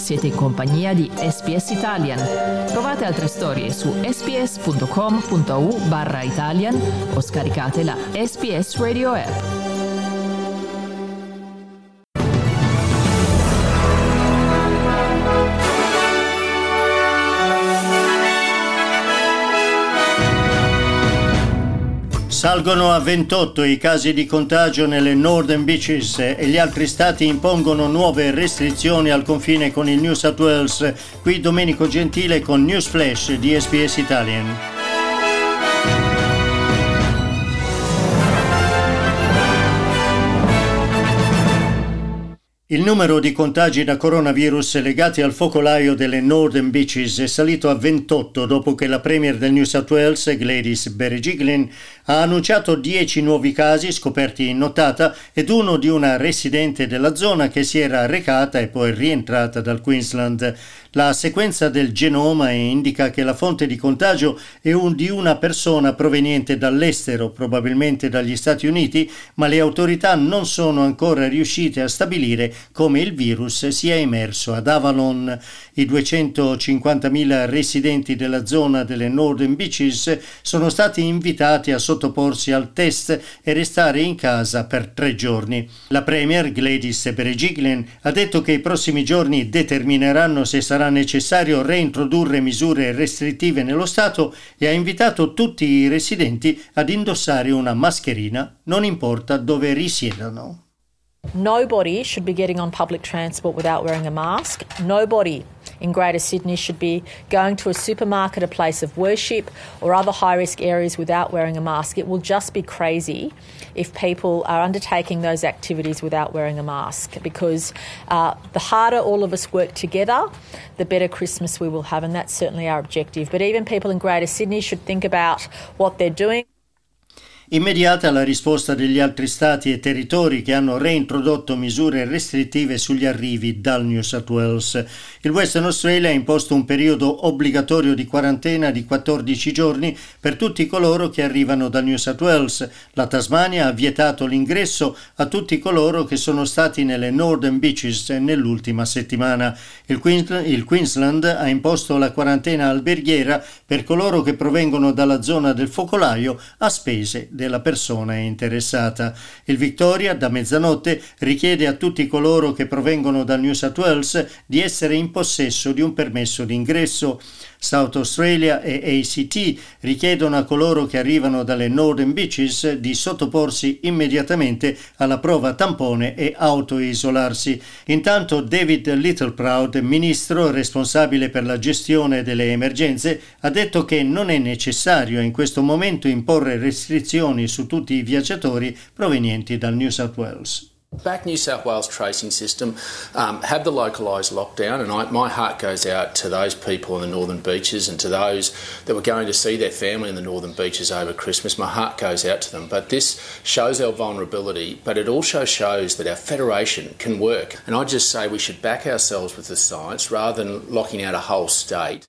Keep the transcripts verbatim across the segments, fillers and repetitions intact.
siete in compagnia di S B S Italian. Trovate altre storie su sbs.com.au barra Italian o scaricate la S B S Radio app. Salgono a ventotto i casi di contagio nelle Northern Beaches e gli altri stati impongono nuove restrizioni al confine con il New South Wales. Qui Domenico Gentile con News Flash di S B S Italian. Il numero di contagi da coronavirus legati al focolaio delle Northern Beaches è salito a ventotto dopo che la Premier del New South Wales, Gladys Berejiklian, ha annunciato dieci nuovi casi scoperti in nottata ed uno di una residente della zona che si era recata e poi rientrata dal Queensland. La sequenza del genoma indica che la fonte di contagio è un di una persona proveniente dall'estero, probabilmente dagli Stati Uniti, ma le autorità non sono ancora riuscite a stabilire come il virus sia emerso ad Avalon. I duecentocinquantamila residenti della zona delle Northern Beaches sono stati invitati a sottoporsi al test e restare in casa per tre giorni. La Premier Gladys Berejiklian ha detto che i prossimi giorni determineranno se sarà necessario reintrodurre misure restrittive nello Stato e ha invitato tutti i residenti ad indossare una mascherina, non importa dove risiedano. Nobody should be getting on public transport without wearing a mask. Nobody in Greater Sydney should be going to a supermarket, a place of worship or other high-risk areas without wearing a mask. It will just be crazy if people are undertaking those activities without wearing a mask, because uh, the harder all of us work together, the better Christmas we will have, and that's certainly our objective. But even people in Greater Sydney should think about what they're doing. Immediata la risposta degli altri stati e territori che hanno reintrodotto misure restrittive sugli arrivi dal New South Wales. Il Western Australia ha imposto un periodo obbligatorio di quarantena di quattordici giorni per tutti coloro che arrivano dal New South Wales. La Tasmania ha vietato l'ingresso a tutti coloro che sono stati nelle Northern Beaches nell'ultima settimana. Il, Queens- il Queensland ha imposto la quarantena alberghiera per coloro che provengono dalla zona del focolaio a spese della persona interessata. Il Victoria, da mezzanotte, richiede a tutti coloro che provengono dal New South Wales di essere in possesso di un permesso d'ingresso. South Australia e A C T richiedono a coloro che arrivano dalle Northern Beaches di sottoporsi immediatamente alla prova tampone e autoisolarsi. Intanto David Littleproud, ministro responsabile per la gestione delle emergenze, ha detto che non è necessario in questo momento imporre restrizioni su tutti i viaggiatori provenienti dal New South Wales. Back New South Wales tracing system, um, have the localised lockdown, and I, my heart goes out to those people in the Northern Beaches and to those that were going to see their family in the Northern Beaches over Christmas. My heart goes out to them. But this shows our vulnerability, but it also shows that our federation can work. And I just say we should back ourselves with the science rather than locking out a whole state.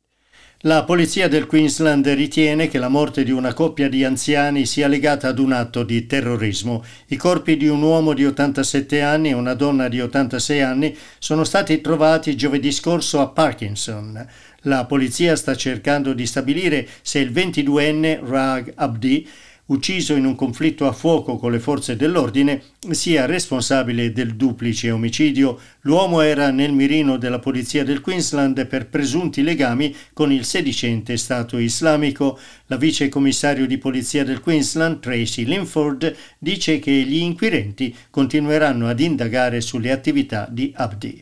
La polizia del Queensland ritiene che la morte di una coppia di anziani sia legata ad un atto di terrorismo. I corpi di un uomo di ottantasette anni e una donna di ottantasei anni sono stati trovati giovedì scorso a Parkinson. La polizia sta cercando di stabilire se il ventiduenne Rag Abdi, ucciso in un conflitto a fuoco con le forze dell'ordine, sia responsabile del duplice omicidio. L'uomo era nel mirino della polizia del Queensland per presunti legami con il sedicente Stato islamico. La vice commissario di polizia del Queensland, Tracy Linford, dice che gli inquirenti continueranno ad indagare sulle attività di Abdi.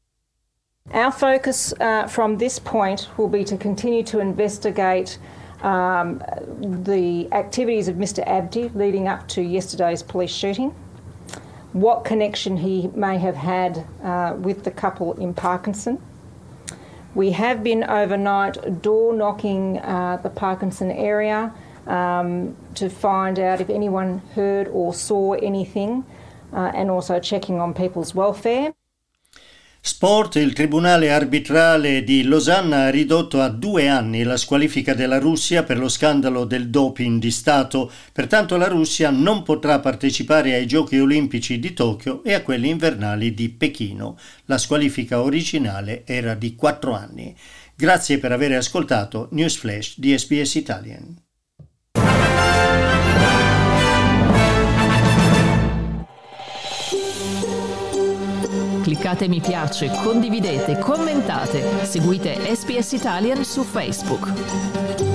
Our focus uh, from this point will be to continue to investigate Um, the activities of Mister Abdi leading up to yesterday's police shooting, what connection he may have had uh, with the couple in Parkinson. We have been overnight door knocking uh, the Parkinson area um, to find out if anyone heard or saw anything uh, and also checking on people's welfare. Sport, il Tribunale arbitrale di Losanna ha ridotto a due anni la squalifica della Russia per lo scandalo del doping di Stato, pertanto la Russia non potrà partecipare ai Giochi Olimpici di Tokyo e a quelli invernali di Pechino. La squalifica originale era di quattro anni. Grazie per aver ascoltato News Flash di S B S Italian. Cliccate mi piace, condividete, commentate, seguite S B S Italian su Facebook.